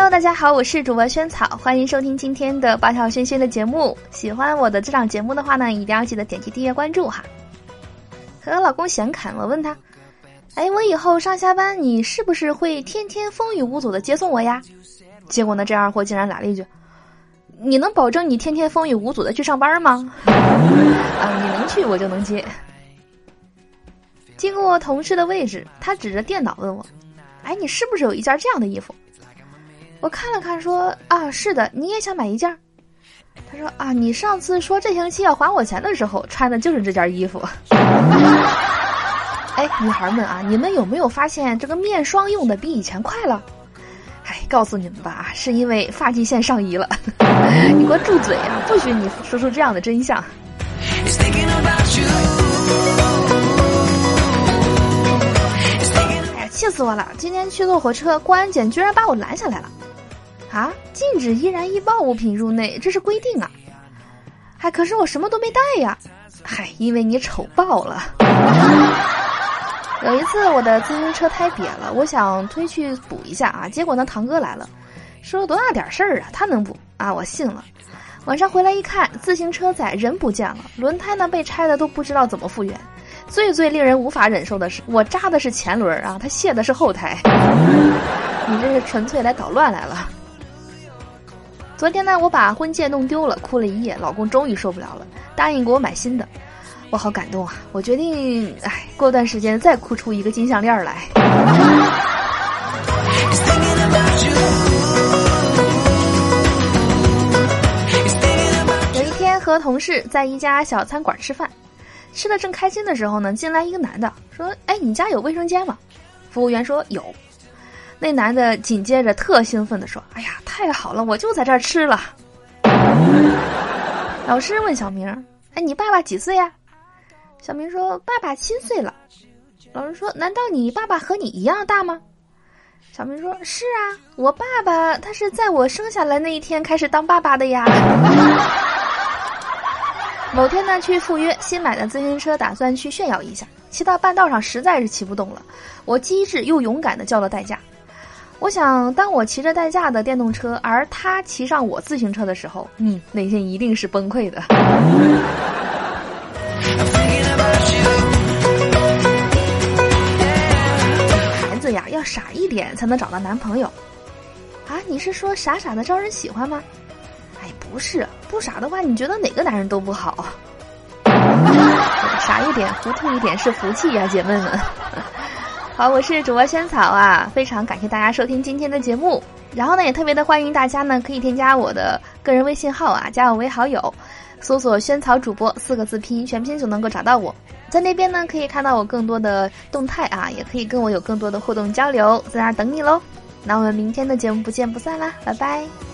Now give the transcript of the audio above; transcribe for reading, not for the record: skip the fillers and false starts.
Hello， 大家好，我是主播萱草，欢迎收听今天的八条轩轩的节目。喜欢我的这档节目的话呢，一定要记得点击订阅关注哈。和老公闲侃，我问他，我以后上下班你是不是会天天风雨无阻的接送我呀？结果呢，这二货竟然来了一句，你能保证你天天风雨无阻的去上班吗？你能去我就能接。经过同事的位置，他指着电脑问我，你是不是有一件这样的衣服？我看了看说，是的，你也想买一件？他说你上次说这星期要还我钱的时候穿的就是这件衣服。女孩们你们有没有发现这个面霜用的比以前快了？告诉你们吧，是因为发际线上移了。你给我住嘴啊，不许你说出这样的真相。气死我了！今天去坐火车，过安检居然把我拦下来了。禁止易燃易爆物品入内，这是规定啊。可是我什么都没带呀。因为你丑爆了。有一次我的自行车胎瘪了，我想推去补一下结果呢堂哥来了，说多大点事儿他能补我信了。晚上回来一看，自行车载人不见了，轮胎呢被拆的都不知道怎么复原。最令人无法忍受的是，我扎的是前轮他卸的是后胎。你这是纯粹来捣乱来了。昨天呢，我把婚戒弄丢了，哭了一夜，老公终于受不了了，答应给我买新的。我好感动我决定过段时间再哭出一个金项链来。有一天和同事在一家小餐馆吃饭，吃得正开心的时候呢，进来一个男的说，你家有卫生间吗？服务员说有。那男的紧接着特兴奋地说，太好了，我就在这儿吃了。老师问小明，你爸爸几岁呀？小明说，爸爸7岁了。老师说，难道你爸爸和你一样大吗？小明说，是啊，我爸爸他是在我生下来那一天开始当爸爸的呀。某天呢，去赴约，新买的自行车打算去炫耀一下，骑到半道上实在是骑不动了，我机智又勇敢地叫了代驾。我想，当我骑着代驾的电动车，而他骑上我自行车的时候，内心一定是崩溃的。孩子呀，要傻一点才能找到男朋友。你是说傻傻的招人喜欢吗？不是，不傻的话，你觉得哪个男人都不好。傻一点，糊涂一点是福气呀，姐妹们。好，我是主播萱草非常感谢大家收听今天的节目。然后呢，也特别的欢迎大家呢可以添加我的个人微信号加我为好友，搜索萱草主播4个字拼音全拼就能够找到我。在那边呢可以看到我更多的动态也可以跟我有更多的互动交流，在那儿等你喽。那我们明天的节目不见不散啦，拜拜。